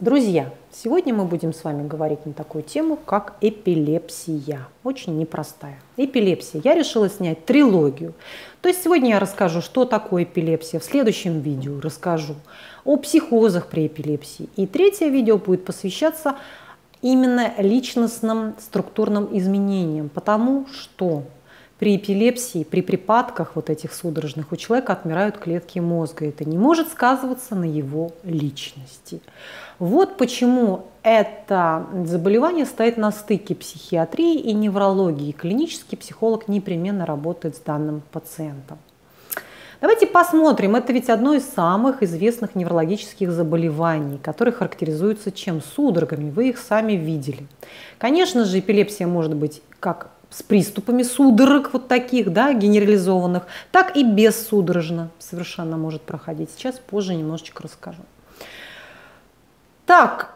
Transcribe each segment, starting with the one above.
Друзья, сегодня мы будем с вами говорить на такую тему, как эпилепсия. Очень непростая. Эпилепсия. Я решила снять трилогию. То есть сегодня я расскажу, что такое эпилепсия. В следующем видео расскажу о психозах при эпилепсии. И третье видео будет посвящаться именно личностным структурным изменениям. Потому что при эпилепсии, при припадках вот этих судорожных у человека отмирают клетки мозга. Это не может сказываться на его личности. Вот почему это заболевание стоит на стыке психиатрии и неврологии. Клинический психолог непременно работает с данным пациентом. Давайте посмотрим. Это ведь одно из самых известных неврологических заболеваний, которые характеризуются чем? Судорогами. Вы их сами видели. Конечно же, эпилепсия может быть как с приступами судорог вот таких, да, генерализованных, так и бессудорожно совершенно может проходить. Сейчас позже немножечко расскажу. Так,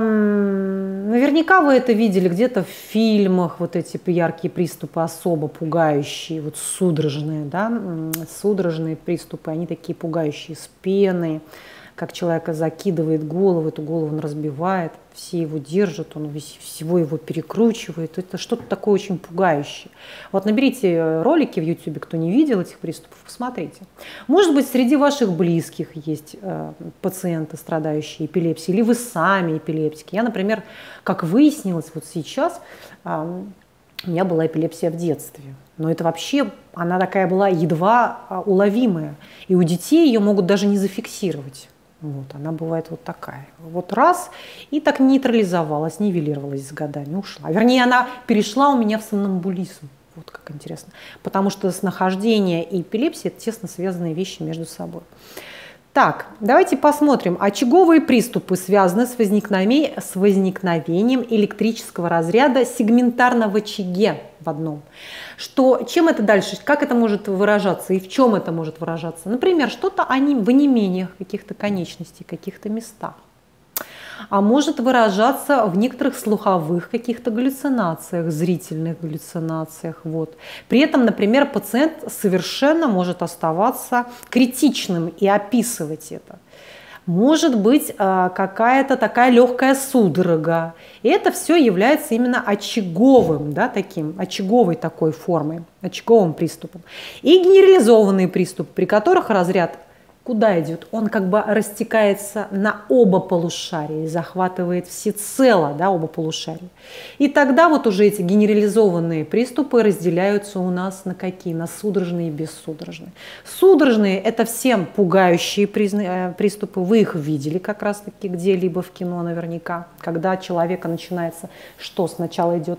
наверняка вы это видели где-то в фильмах, вот эти яркие приступы особо пугающие, вот судорожные, да, судорожные приступы, они такие пугающие, с пеной, как человека закидывает голову, эту голову он разбивает, все его держат, он всего его перекручивает. Это что-то такое очень пугающее. Вот наберите ролики в YouTube, кто не видел этих приступов, посмотрите. Может быть, среди ваших близких есть пациенты, страдающие эпилепсией, или вы сами эпилептики. Я, например, как выяснилось вот сейчас, у меня была эпилепсия в детстве. Но это вообще, она такая была едва уловимая. И у детей ее могут даже не зафиксировать. Вот, она бывает вот такая. Вот раз, и так нейтрализовалась, нивелировалась с годами, ушла. Вернее, она перешла у меня в сомнамбулизм. Вот как интересно. Потому что снахождение и эпилепсия – это тесно связанные вещи между собой. Так, давайте посмотрим. Очаговые приступы связаны с возникновением электрического разряда сегментарно в очаге в одном. Чем это дальше, как это может выражаться и в чем это может выражаться? Например, что-то в онемениях каких-то конечностей, каких-то местах. А может выражаться в некоторых слуховых каких-то галлюцинациях, зрительных галлюцинациях. Вот. При этом, например, пациент совершенно может оставаться критичным и описывать это. Может быть какая-то такая легкая судорога. И это все является именно очаговым, да, очаговой такой формой, очаговым приступом. И генерализованный приступ, при которых разряд куда идет? Он как бы растекается на оба полушария, захватывает всецело, да, оба полушария. И тогда вот уже эти генерализованные приступы разделяются у нас на какие? На судорожные и бессудорожные. Судорожные – это всем пугающие приступы. Вы их видели как раз-таки где-либо в кино наверняка. Когда у человека начинается, что сначала идет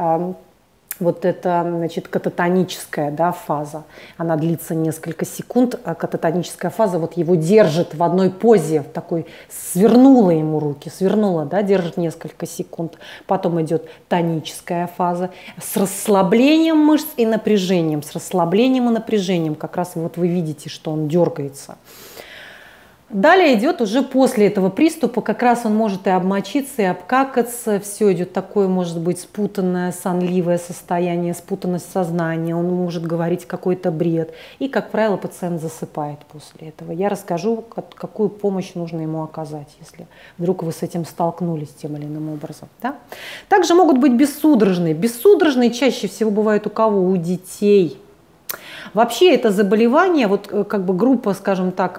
вот это, значит, кататоническая, да, фаза. Она длится несколько секунд, а кататоническая фаза вот его держит в одной позе, в такой, свернула ему руки, свернула, да, держит несколько секунд. Потом идет тоническая фаза с расслаблением мышц и напряжением, с расслаблением и напряжением. Как раз вот вы видите, что он дергается. Далее идет уже после этого приступа, как раз он может и обмочиться, и обкакаться, все идет такое, может быть, спутанное, сонливое состояние, спутанность сознания, он может говорить какой-то бред. И, как правило, пациент засыпает после этого. Я расскажу, какую помощь нужно ему оказать, если вдруг вы с этим столкнулись тем или иным образом. Да? Также могут быть бессудорожные. Бессудорожные чаще всего бывают у кого? У детей. Вообще это заболевание, вот как бы группа, скажем так,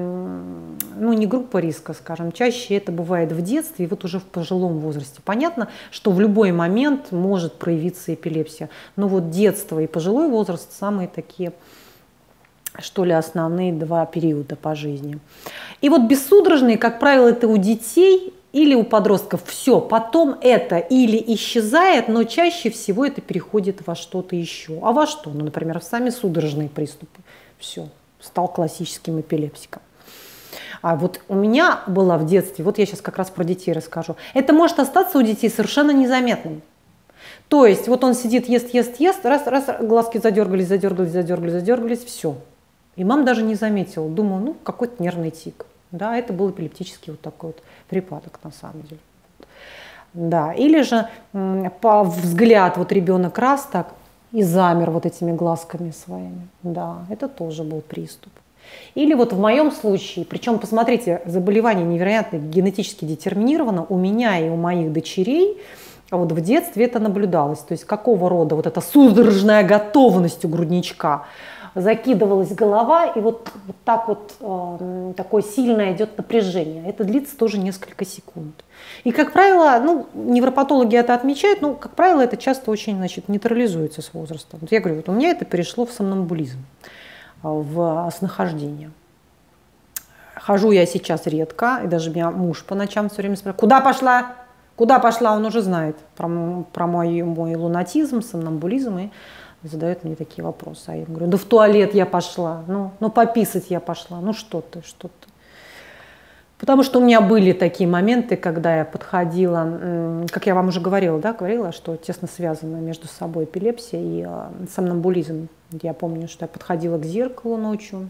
ну не группа риска, скажем, чаще это бывает в детстве и вот уже в пожилом возрасте. Понятно, что в любой момент может проявиться эпилепсия, но вот детство и пожилой возраст самые такие, что ли, основные два периода по жизни. И вот бессудорожные, как правило, это у детей или у подростков. Все, потом это или исчезает, но чаще всего это переходит во что-то еще. А во что? Ну, например, в сами судорожные приступы. Все, стал классическим эпилептиком. А вот у меня была в детстве, вот я сейчас как раз про детей расскажу, это может остаться у детей совершенно незаметным. То есть вот он сидит, ест, раз, глазки задергались, все. И мама даже не заметила, думала, ну, какой-то нервный тик. Да, это был эпилептический вот такой вот припадок на самом деле. Да, или же по взгляд вот ребенок раз так и замер вот этими глазками своими. Да, это тоже был приступ. Или вот в моем случае, причем, посмотрите, заболевание невероятно генетически детерминировано у меня и у моих дочерей, вот в детстве это наблюдалось. То есть какого рода вот эта судорожная готовность у грудничка, закидывалась голова, и вот так вот такое сильное идет напряжение. Это длится тоже несколько секунд. И, как правило, ну, невропатологи это отмечают, но, как правило, это часто очень, значит, нейтрализуется с возрастом. Вот я говорю, вот у меня это перешло в сомнамбулизм, в сновидение. Хожу я сейчас редко, и даже меня муж по ночам все время спрашивает: куда пошла? Куда пошла? Он уже знает про мой лунатизм, сомнамбулизм, и задает мне такие вопросы. А я говорю: да в туалет я пошла, ну пописать я пошла, ну что ты. Потому что у меня были такие моменты, когда я подходила, как я вам уже говорила, да, что тесно связано между собой эпилепсия и сомнамбулизм. Я помню, что я подходила к зеркалу ночью,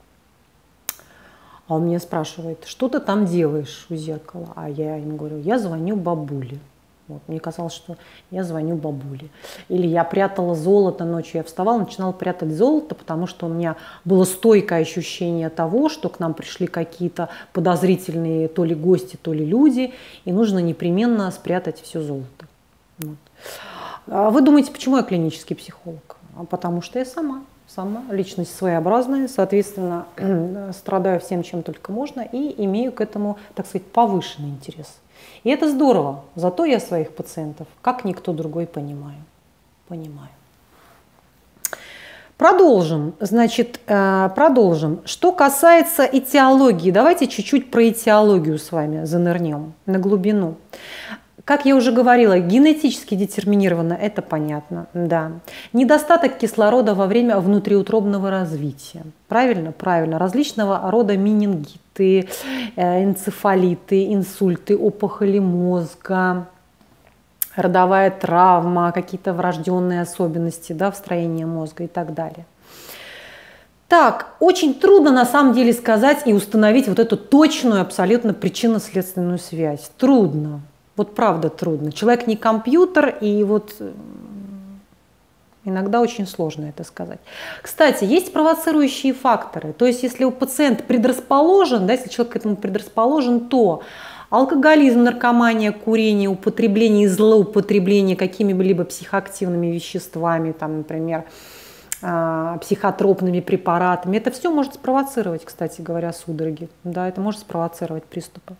а он меня спрашивает: что ты там делаешь у зеркала? А я ему говорю: я звоню бабуле. Вот, мне казалось, что я звоню бабуле. Или я прятала золото ночью. Я вставала, начинала прятать золото, потому что у меня было стойкое ощущение того, что к нам пришли какие-то подозрительные то ли гости, то ли люди, и нужно непременно спрятать все золото. Вот. А вы думаете, почему я клинический психолог? Потому что я сама личность своеобразная, соответственно, страдаю всем, чем только можно, и имею к этому, так сказать, повышенный интерес. И это здорово, зато я своих пациентов, как никто другой, понимаю. Продолжим, значит, продолжим. Что касается этиологии, давайте чуть-чуть про этиологию с вами занырнем на глубину. Как я уже говорила, генетически детерминировано, это понятно, да. Недостаток кислорода во время внутриутробного развития. Правильно? Правильно. Различного рода менингиты, энцефалиты, инсульты, опухоли мозга, родовая травма, какие-то врожденные особенности, да, в строении мозга и так далее. Так, очень трудно на самом деле сказать и установить вот эту точную абсолютно причинно-следственную связь. Трудно. Вот правда трудно. Человек не компьютер, и вот иногда очень сложно это сказать. Кстати, есть провоцирующие факторы. То есть если у пациента предрасположен, да, если человек к этому предрасположен, то алкоголизм, наркомания, курение, употребление и злоупотребление какими-либо психоактивными веществами, там, например, психотропными препаратами, это все может спровоцировать, кстати говоря, судороги. Да, это может спровоцировать приступы.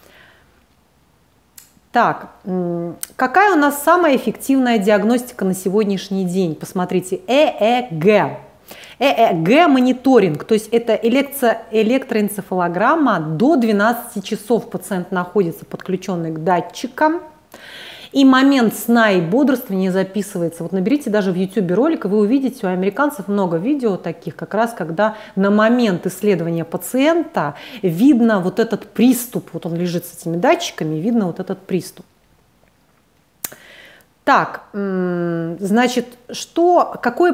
Так, какая у нас самая эффективная диагностика на сегодняшний день? Посмотрите, ЭЭГ. ЭЭГ-мониторинг, то есть это электроэнцефалограмма, до 12 часов пациент находится подключенный к датчикам, и момент сна и бодрствования записывается. Вот наберите даже в YouTube ролик, и вы увидите, у американцев много видео таких, как раз когда на момент исследования пациента видно вот этот приступ, вот он лежит с этими датчиками, видно вот этот приступ. Так, значит, какое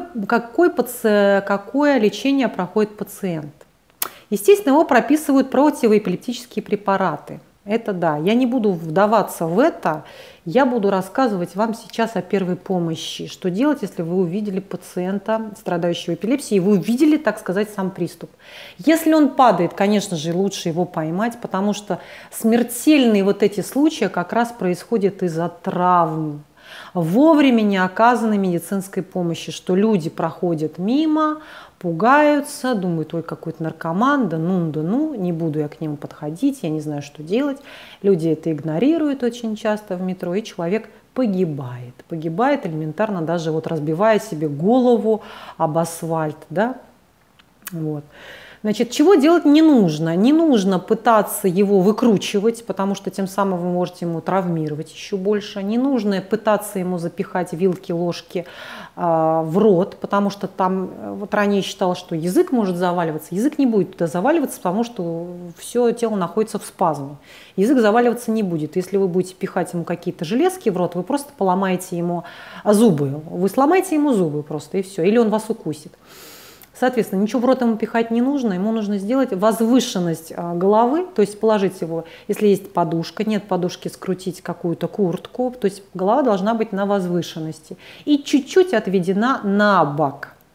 лечение проходит пациент? Естественно, его прописывают противоэпилептические препараты. Это да, я не буду вдаваться в это, я буду рассказывать вам сейчас о первой помощи. Что делать, если вы увидели пациента, страдающего эпилепсией, и вы увидели, так сказать, сам приступ. Если он падает, конечно же, лучше его поймать, потому что смертельные вот эти случаи как раз происходят из-за травм, вовремя не оказанной медицинской помощи, что люди проходят мимо, пугаются, думают: ой, какой-то наркоман, да ну, не буду я к нему подходить, я не знаю, что делать. Люди это игнорируют очень часто в метро, и человек погибает. Погибает элементарно, даже вот разбивая себе голову об асфальт, да? Вот. Значит, чего делать не нужно? Не нужно пытаться его выкручивать, потому что тем самым вы можете ему травмировать еще больше. Не нужно пытаться ему запихать вилки, ложки в рот, потому что там, вот ранее считалось, что язык может заваливаться. Язык не будет туда заваливаться, потому что все тело находится в спазме. Язык заваливаться не будет. Если вы будете пихать ему какие-то железки в рот, вы просто поломаете ему зубы. Вы сломаете ему зубы просто, и все. Или он вас укусит. Соответственно, ничего в рот ему пихать не нужно, ему нужно сделать возвышенность головы, то есть положить его, если есть подушка, нет подушки, скрутить какую-то куртку, то есть голова должна быть на возвышенности и чуть-чуть отведена на бок.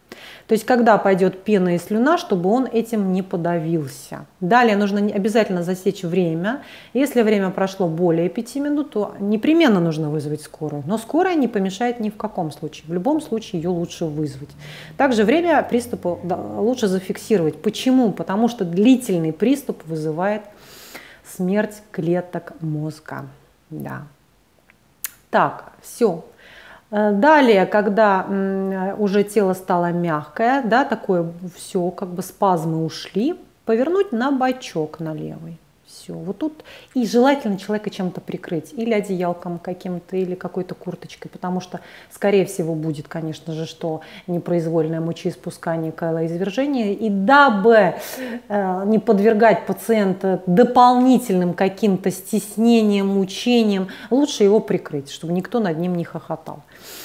То есть, когда пойдет пена и слюна, чтобы он этим не подавился. Далее нужно обязательно засечь время. Если время прошло более 5 минут, то непременно нужно вызвать скорую. Но скорая не помешает ни в каком случае. В любом случае ее лучше вызвать. Также время приступа лучше зафиксировать. Почему? Потому что длительный приступ вызывает смерть клеток мозга. Да. Так, все. Далее, когда уже тело стало мягкое, да, такое все, как бы спазмы ушли, повернуть на бочок на левый. Все. Вот тут и желательно человека чем-то прикрыть, или одеялком каким-то, или какой-то курточкой, потому что, скорее всего, будет, конечно же, что непроизвольное мочеиспускание, калоизвержение. И дабы не подвергать пациента дополнительным каким-то стеснениям, мучениям, лучше его прикрыть, чтобы никто над ним не хохотал.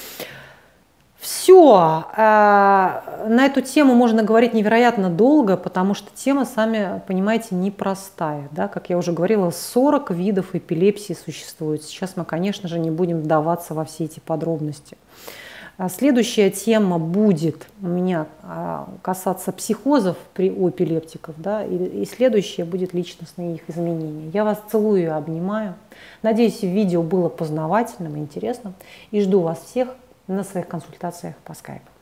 Все. На эту тему можно говорить невероятно долго, потому что тема, сами понимаете, непростая. Да? Как я уже говорила, 40 видов эпилепсии существует. Сейчас мы, конечно же, не будем вдаваться во все эти подробности. Следующая тема будет у меня касаться психозов у эпилептиков, да, и следующая будет личностные их изменения. Я вас целую и обнимаю. Надеюсь, видео было познавательным и интересным. И жду вас всех на своих консультациях по скайпу.